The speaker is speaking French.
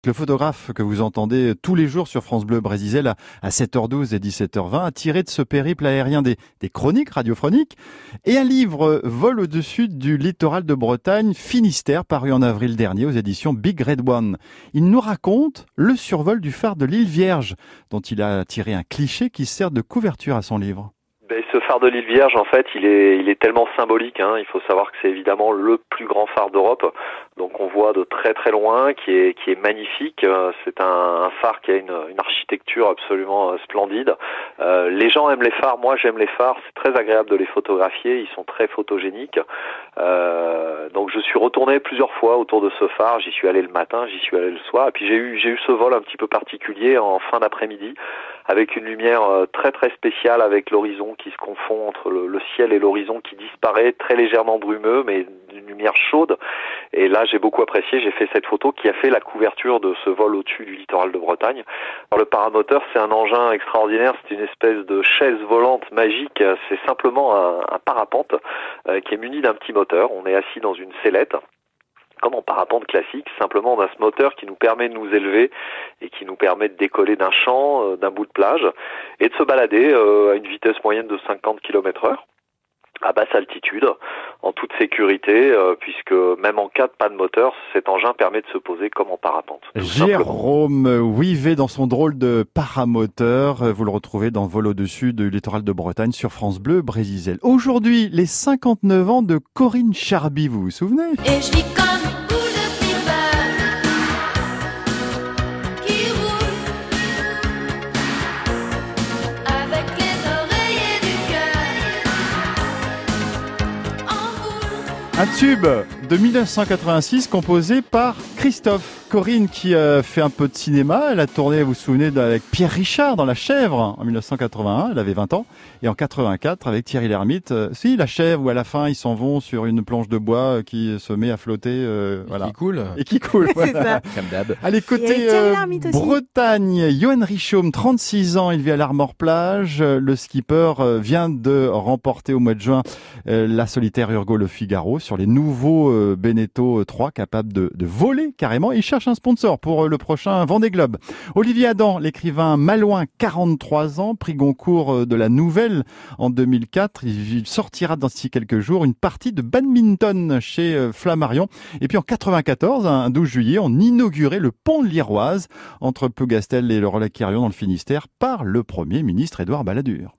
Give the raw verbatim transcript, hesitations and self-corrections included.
Le photographe que vous entendez tous les jours sur France Bleu Brésil à, à sept heures douze et dix-sept heures vingt a tiré de ce périple aérien des, des chroniques radiophoniques et un livre vole au-dessus du littoral de Bretagne, Finistère, paru en avril dernier aux éditions Big Red One. Il nous raconte le survol du phare de l'île Vierge, dont il a tiré un cliché qui sert de couverture à son livre. Ben, ce phare de l'île Vierge, en fait, il est, il est tellement symbolique. Hein. Il faut savoir que c'est évidemment le plus grand phare d'Europe. Donc, on voit de très très loin, qui est, qui est magnifique. C'est un, un phare qui a une, une architecture absolument splendide. Euh, les gens aiment les phares. Moi, j'aime les phares. C'est très agréable de les photographier. Ils sont très photogéniques. Euh, donc, je suis retourné plusieurs fois autour de ce phare. J'y suis allé le matin, j'y suis allé le soir. Et puis, j'ai eu, j'ai eu ce vol un petit peu particulier en fin d'après-midi, avec une lumière très très spéciale, avec l'horizon qui se confond entre le, le ciel et l'horizon qui disparaît, très légèrement brumeux, mais d'une lumière chaude. Et là, j'ai beaucoup apprécié, j'ai fait cette photo qui a fait la couverture de ce vol au-dessus du littoral de Bretagne. Alors, le paramoteur, c'est un engin extraordinaire, c'est une espèce de chaise volante magique, c'est simplement un, un parapente euh, qui est muni d'un petit moteur. On est assis dans une sellette, comme en parapente classique, simplement on a ce moteur qui nous permet de nous élever et qui nous permet de décoller d'un champ, euh, d'un bout de plage, et de se balader euh, à une vitesse moyenne de cinquante kilomètres heure, à basse altitude, en toute sécurité, euh, puisque même en cas de panne moteur, cet engin permet de se poser comme en parapente. Jérôme Ouivet dans son drôle de paramoteur, vous le retrouvez dans Vol au-dessus du littoral de Bretagne sur France Bleu Brésil. Aujourd'hui, les cinquante-neuf ans de Corinne Charby, vous vous souvenez ? Et je vis comme un tube de mille neuf cent quatre-vingt-six composé par Christophe. Corinne qui a fait un peu de cinéma, elle a tourné, vous vous souvenez, avec Pierre Richard dans La Chèvre en mille neuf cent quatre-vingt-un, elle avait vingt ans, et en quatre-vingt-quatre avec Thierry Lhermitte, euh, si La Chèvre où à la fin ils s'en vont sur une planche de bois qui se met à flotter, euh, et voilà. qui coule. Et qui coule, C'est voilà. ça. Comme d'hab. Allez, côté euh, Bretagne, Johan Richaume, trente-six ans, il vit à l'Armor-Plage. Le skipper euh, vient de remporter au mois de juin euh, la solitaire Urgo Le Figaro sur les nouveaux euh, Beneteau trois, capables de, de voler carrément. Il cherche un sponsor pour euh, le prochain Vendée Globe. Olivier Adam, l'écrivain malouin, quarante-trois ans, prix Goncourt euh, de la Nouvelle en deux mille quatre. Il sortira d'ici quelques jours une partie de badminton chez euh, Flammarion. Et puis en quatre-vingt-quatorze, un douze juillet, on inaugurait le pont de l'Iroise entre Plougastel et le Relecq-Kerrion dans le Finistère par le Premier ministre Édouard Balladur.